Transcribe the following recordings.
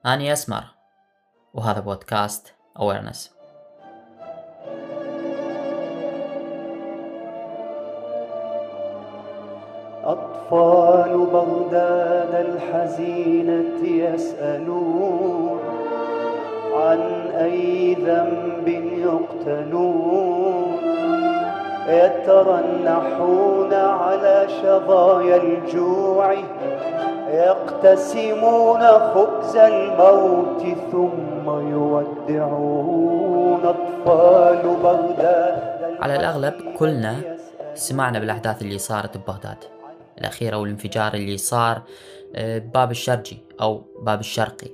أنا أسمر، وهذا بودكاست Awareness. أطفال بغداد الحزينة يسألون عن أي ذنب يقتلون، يترنحون على شظايا الجوع، يقتسمون خبز الموت ثم يودعون. أطفال بغداد على الأغلب كلنا سمعنا بالأحداث اللي صارت ببغداد الأخيرة، والانفجار اللي صار بباب الشرجي أو باب الشرقي.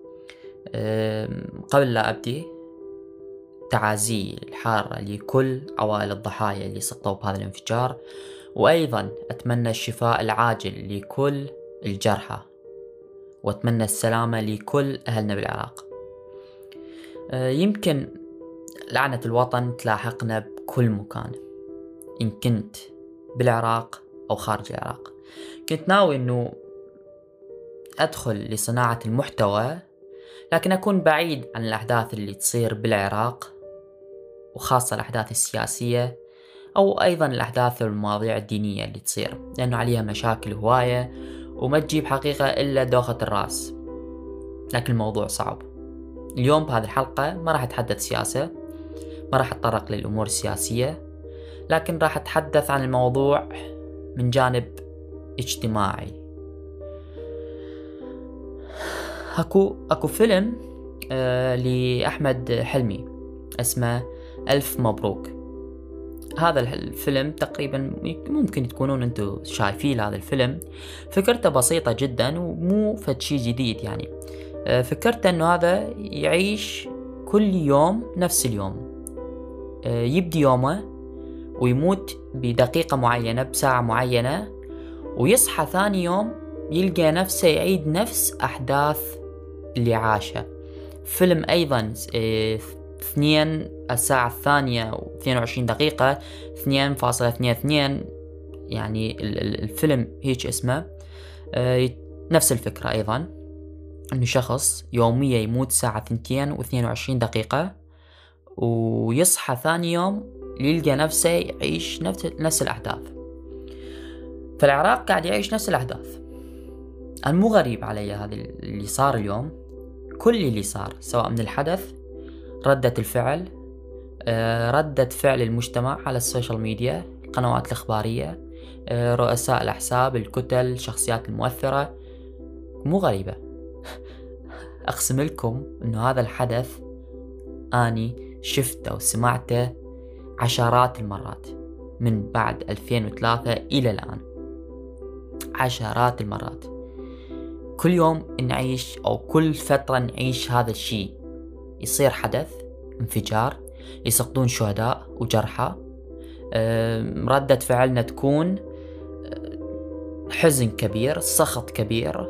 قبل لا أبدي، تعازي الحارة لكل عوائل الضحايا اللي سقطوا بهذا الانفجار، وأيضا أتمنى الشفاء العاجل لكل الجرحى، وأتمنى السلامة لكل أهلنا بالعراق. يمكن لعنة الوطن تلاحقنا بكل مكان، إن كنت بالعراق أو خارج العراق. كنت ناوي أنه أدخل لصناعة المحتوى، لكن أكون بعيد عن الأحداث اللي تصير بالعراق، وخاصة الأحداث السياسية أو أيضا الأحداث والمواضيع الدينية اللي تصير، لأنه عليها مشاكل هواية وما تجيب حقيقة إلا دوخة الرأس. لكن الموضوع صعب. اليوم بهذه الحلقة ما راح أتحدث سياسة، ما راح أتطرق للأمور السياسية، لكن راح أتحدث عن الموضوع من جانب اجتماعي. أكو فيلم لأحمد حلمي اسمه ألف مبروك. هذا الفيلم تقريبا ممكن تكونون أنتوا شايفين هذا الفيلم. فكرته بسيطة جدا ومو فد شي جديد، يعني فكرته أنه هذا يعيش كل يوم نفس اليوم، يبدي يومه ويموت بدقيقة معينة بساعة معينة، ويصحى ثاني يوم يلقى نفسه يعيد نفس أحداث اللي عاشها. فيلم أيضا 2 الساعة 2:22 2:22، يعني الفيلم هيك اسمه. نفس الفكرة أيضا، أنه شخص يوميا يموت الساعة 2:22 ويصحى ثاني يوم يلقى نفسه يعيش نفس الأحداث. فالعراق قاعد يعيش نفس الأحداث. أنا مو غريب علي هذا اللي صار اليوم. كل اللي صار سواء من الحدث، ردة الفعل، ردة فعل المجتمع على السوشيال ميديا، القنوات الإخبارية، رؤساء الأحزاب، الكتل، الشخصيات المؤثرة، مو غريبة. أقسم لكم أنه هذا الحدث أني شفته وسمعته عشرات المرات من بعد 2003 إلى الآن، عشرات المرات. كل يوم نعيش أو كل فترة نعيش هذا الشيء. يصير حدث انفجار، يسقطون شهداء وجرحى، ردة فعلنا تكون حزن كبير، سخط كبير،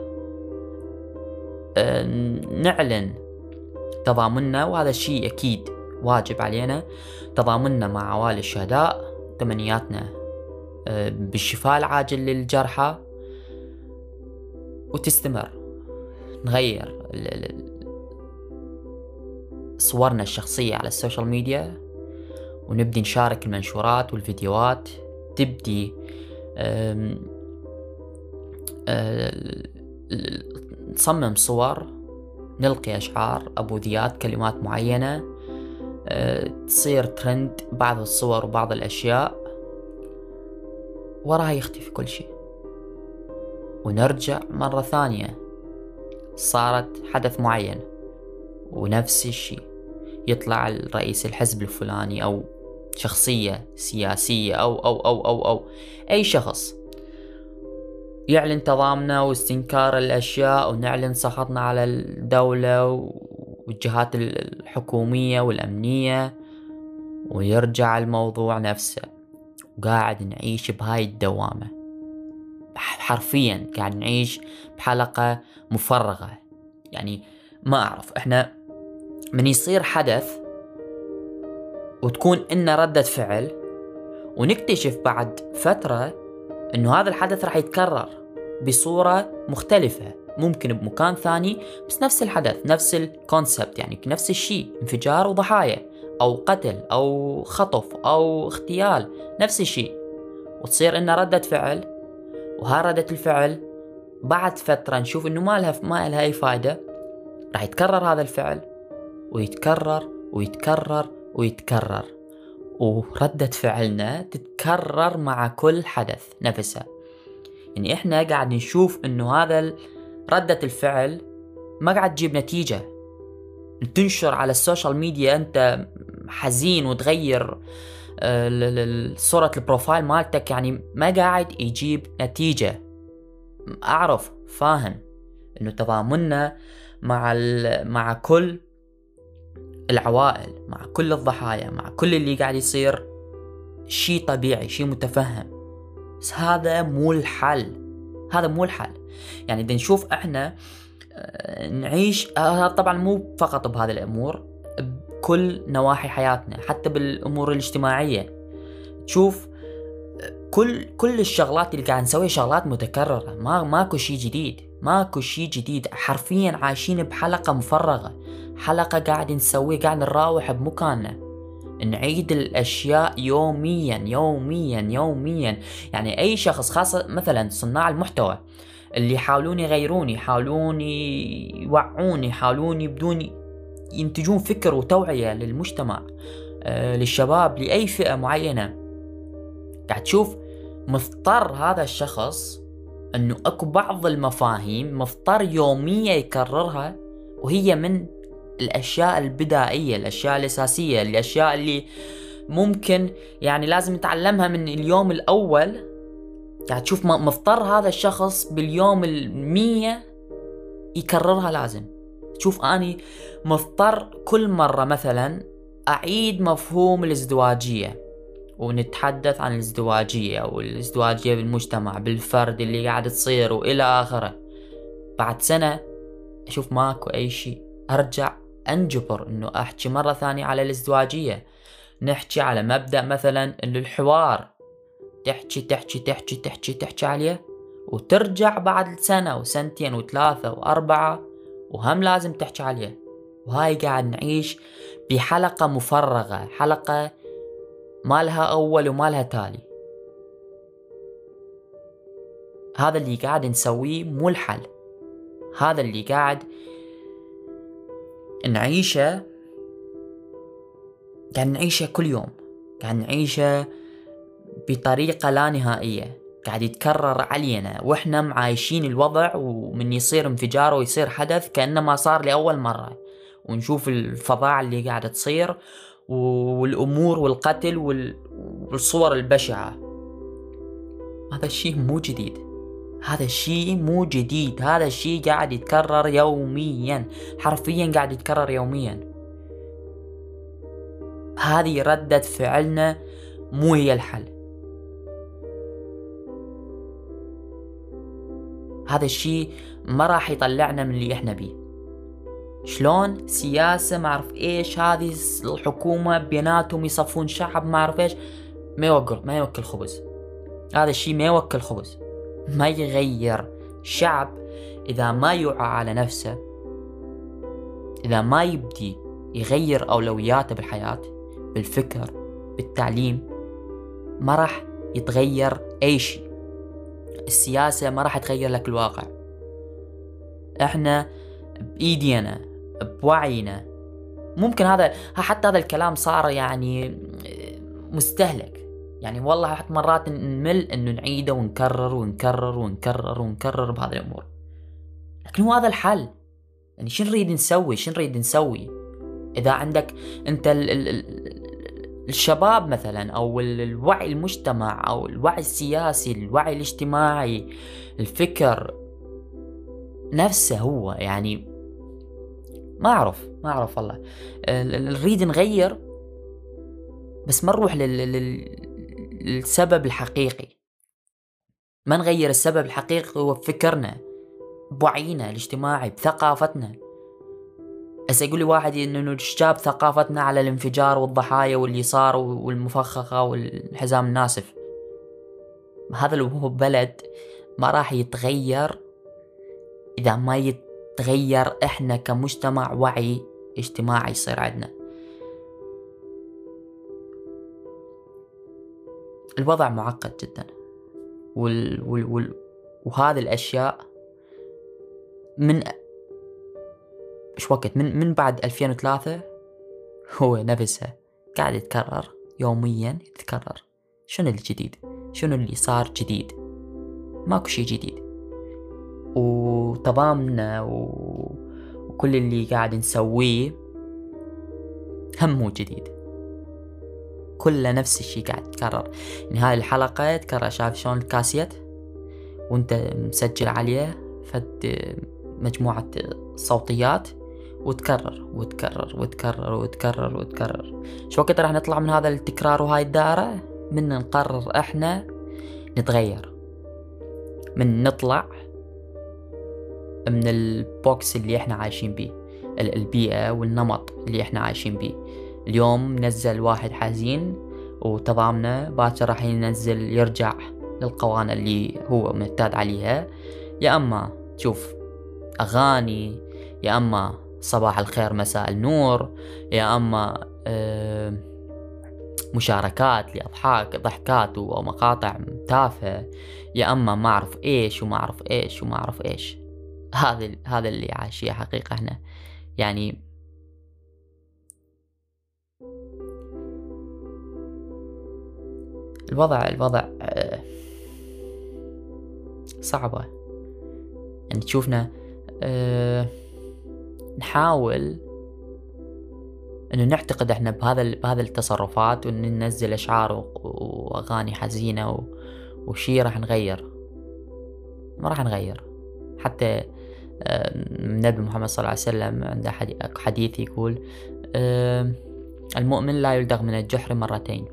نعلن تضامننا، وهذا الشيء أكيد واجب علينا، تضامننا مع عوائل الشهداء، تمنياتنا بالشفاء العاجل للجرحى، وتستمر. نغير صورنا الشخصية على السوشيال ميديا، ونبدي نشارك المنشورات والفيديوهات، تبدي نصمم صور، نلقي أشعار، أبوذيات، كلمات معينة، تصير ترند بعض الصور وبعض الأشياء، وراها يختفي كل شيء. ونرجع مرة ثانية، صارت حدث معين ونفس الشيء، يطلع الرئيس الحزب الفلاني أو شخصية سياسية أو أي شخص يعلن تضامنه واستنكار الأشياء، ونعلن سخطنا على الدولة والجهات الحكومية والأمنية، ويرجع الموضوع نفسه. وقاعد نعيش بهاي الدوامة، حرفيا قاعد نعيش بحلقة مفرغة. يعني ما أعرف، إحنا من يصير حدث وتكون إنه ردة فعل، ونكتشف بعد فترة إنه هذا الحدث راح يتكرر بصورة مختلفة ممكن بمكان ثاني بس نفس الحدث، نفس الكونسبت، يعني نفس الشيء، انفجار وضحايا أو قتل أو خطف أو اغتيال، نفس الشيء، وتصير إنه ردة فعل. وها ردة الفعل بعد فترة نشوف إنه ما لها أي فائدة، راح يتكرر هذا الفعل ويتكرر ويتكرر ويتكرر، وردة فعلنا تتكرر مع كل حدث نفسه. يعني إحنا قاعد نشوف إنه هذا ردة الفعل ما قاعد تجيب نتيجة. تنشر على السوشيال ميديا أنت حزين وتغير صورة البروفايل مالتك، يعني ما قاعد يجيب نتيجة. أعرف فاهم إنه تضامننا مع كل العوائل، مع كل الضحايا، مع كل اللي قاعد يصير شيء طبيعي، شيء متفهم، بس هذا مو الحل. هذا مو الحل. يعني بدنا نشوف احنا نعيش طبعا مو فقط بهذه الامور، بكل نواحي حياتنا، حتى بالامور الاجتماعية. تشوف كل الشغلات اللي قاعد نسويها شغلات متكررة، ماكو شيء جديد، ماكو شيء جديد. حرفيا عايشين بحلقة مفرغة، حلقة قاعد نسويه، قاعد نراوح بمكاننا، نعيد الأشياء يوميا يوميا يوميا. يعني أي شخص، خاصة مثلا صناع المحتوى اللي يحاولون يغيرون، يحاولون يوعون، يحاولون يبدون ينتجون فكر وتوعية للمجتمع، للشباب، لأي فئة معينة، قاعد تشوف مضطر هذا الشخص أنه أكو بعض المفاهيم مضطر يوميا يكررها، وهي من الأشياء البدائية، الأشياء الأساسية، الأشياء اللي ممكن يعني لازم نتعلمها من اليوم الأول. يعني تشوف مضطر هذا الشخص باليوم 100 يكررها. لازم تشوف أني مضطر كل مرة مثلا أعيد مفهوم الازدواجية، ونتحدث عن الازدواجية أو الازدواجية بالمجتمع، بالفرد اللي قاعد تصير وإلى آخره. بعد سنة أشوف ماكو أي شيء، أرجع أنجبر إنه أحكي مرة ثانية على الازدواجية. نحكي على مبدأ مثلا إنه الحوار، تحكي تحكي تحكي تحكي تحكي عليه، وترجع بعد سنة وسنتين وثلاثة وأربعة وهم لازم تحكي عليه. وهاي قاعد نعيش بحلقة مفرغة، حلقة ما لها أول وما لها تالي. هذا اللي قاعد نسويه مو الحل، هذا اللي قاعد نعيشه، قاعد نعيشه كل يوم، قاعد نعيشه بطريقة لا نهائية، قاعد يتكرر علينا وإحنا معايشين الوضع، ومن يصير انفجار ويصير حدث كأنما صار لأول مرة، ونشوف الفظاعة اللي قاعدة تصير والأمور والقتل والصور البشعة. هذا الشيء مو جديد، هذا الشيء مو جديد، هذا الشيء قاعد يتكرر يوميا، حرفيا قاعد يتكرر يوميا. هذه ردة فعلنا مو هي الحل. هذا الشيء ما راح يطلعنا من اللي احنا بيه. شلون سياسة ما اعرف ايش، هذه الحكومة بيناتهم يصفون شعب ما اعرف ايش، ما يوكل خبز. هذا الشيء ما يوكل خبز، ما يغير شعب إذا ما يوعى على نفسه، إذا ما يبدي يغير أولوياته بالحياة، بالفكر، بالتعليم، ما راح يتغير أي شيء. السياسة ما راح تغير لك الواقع. احنا بإيدينا، بوعينا. ممكن حتى هذا الكلام صار يعني مستهلك، يعني والله حتى مرات نمل انه نعيده ونكرر ونكرر ونكرر ونكرر بهذه الامور، لكن هو هذا الحل. يعني شو نريد نسوي اذا عندك انت الشباب مثلا، او الوعي المجتمع، او الوعي السياسي، الوعي الاجتماعي، الفكر نفسه هو، يعني ما اعرف والله. نريد نغير بس ما نروح للسبب الحقيقي. ما نغير السبب الحقيقي هو بفكرنا، بوعينا الاجتماعي، بثقافتنا. هسه يقول لي واحد انه جاب ثقافتنا على الانفجار والضحايا واللي صار والمفخخة والحزام الناسف. هذا اللي هو بلد ما راح يتغير إذا ما يتغير إحنا كمجتمع وعي اجتماعي يصير عندنا. الوضع معقد جدا، وهذه الأشياء من من بعد 2003 هو نفسها قاعد يتكرر يوميا، يتكرر. شنو الجديد؟ شنو اللي صار جديد؟ ماكو شي جديد. وتضامننا وكل اللي قاعد نسويه هم مو جديد، كله نفس الشي قاعد يتكرر. يعني هاي الحلقة تكرر، شايف شلون الكاسيت وانت مسجل عليه فد مجموعة صوتيات، وتكرر وتكرر وتكرر وتكرر وتكرر. شو وقت راح نطلع من هذا التكرار وهاي الدائرة؟ من نقرر احنا نتغير، من نطلع من البوكس اللي احنا عايشين بيه، البيئة والنمط اللي احنا عايشين بيه. اليوم نزل واحد حزين وتضامنه، باكر راح ينزل يرجع للقوانة اللي هو معتاد عليها. يا اما تشوف اغاني، يا اما صباح الخير مساء النور، يا اما مشاركات لأضحاك ضحكات ومقاطع تافهة، يا اما ما اعرف ايش وما اعرف ايش وما اعرف ايش. هذا اللي عايشيه حقيقة احنا. يعني الوضع صعبة. يعني تشوفنا نحاول انه نعتقد احنا بهذا التصرفات، وان ننزل اشعار واغاني حزينة وشي راح نغير. ما راح نغير. حتى النبي محمد صلى الله عليه وسلم عنده حديث يقول المؤمن لا يلدغ من الجحر مرتين.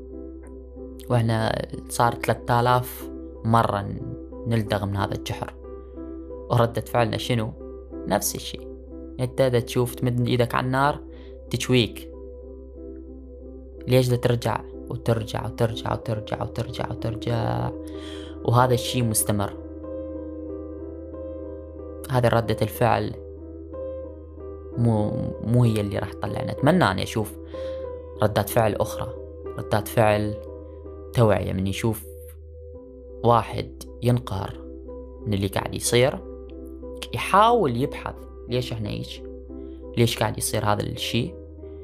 واحنا صار 3000 مرة نلدغ من هذا الجحر، وردة فعلنا شنو؟ نفس الشيء. انت دا تشوف تمد ايدك على النار تشويك، ليش دا ترجع وترجع وترجع وترجع وترجع وترجع؟ وهذا الشيء مستمر. هذه ردة الفعل مو هي اللي راح تطلعنا. اتمنى اني اشوف ردات فعل اخرى، ردات فعل توعية، من يشوف واحد ينقهر من اللي قاعد يصير يحاول يبحث ليش احنا هيك، ليش قاعد يصير هذا الشيء.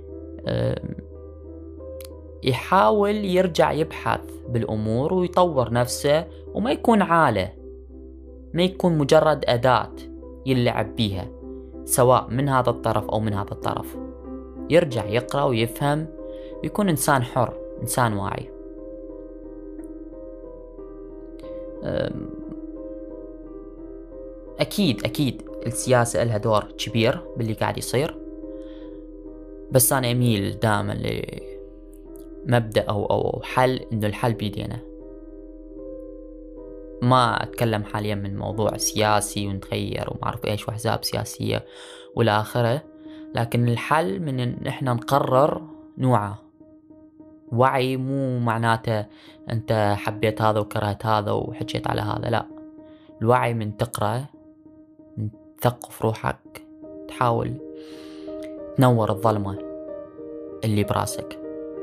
يحاول يرجع يبحث بالأمور ويطور نفسه، وما يكون عالة، ما يكون مجرد أداة يلعب بيها سواء من هذا الطرف أو من هذا الطرف. يرجع يقرأ ويفهم ويكون إنسان حر، إنسان واعي. أكيد السياسة لها دور كبير باللي قاعد يصير، بس أنا أميل دائما لمبدأ أو حل، إنه الحل بيدينا. ما أتكلم حاليا من موضوع سياسي ونتغير وما أعرف إيش وأحزاب سياسية ولا آخره، لكن الحل من إن إحنا نقرر نوعه. وعي مو معناته أنت حبيت هذا وكرهت هذا وحكيت على هذا، لا. الوعي من تقرأ، من تثقف روحك، تحاول تنور الظلمة اللي براسك.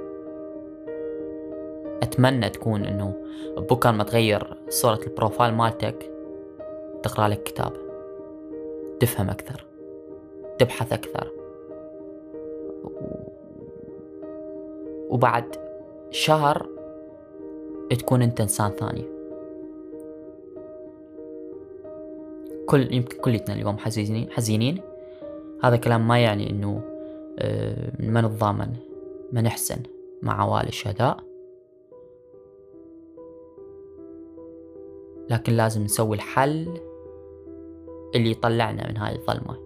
أتمنى تكون إنه بكرة ما تغير صورة البروفايل مالتك، تقرأ لك كتاب، تفهم أكثر، تبحث أكثر، وبعد شهر تكون أنت إنسان ثاني. يمكن كلنا اليوم حزينين. هذا كلام ما يعني إنه ما نتضامن، ما نحسن مع عوائل الشهداء، لكن لازم نسوي الحل اللي يطلعنا من هاي الظلمة.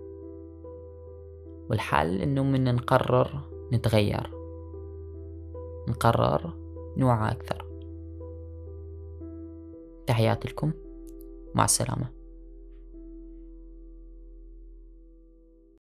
والحل إنه من نقرر نتغير، نقرر نوعى أكثر. تحياتي لكم، مع السلامة.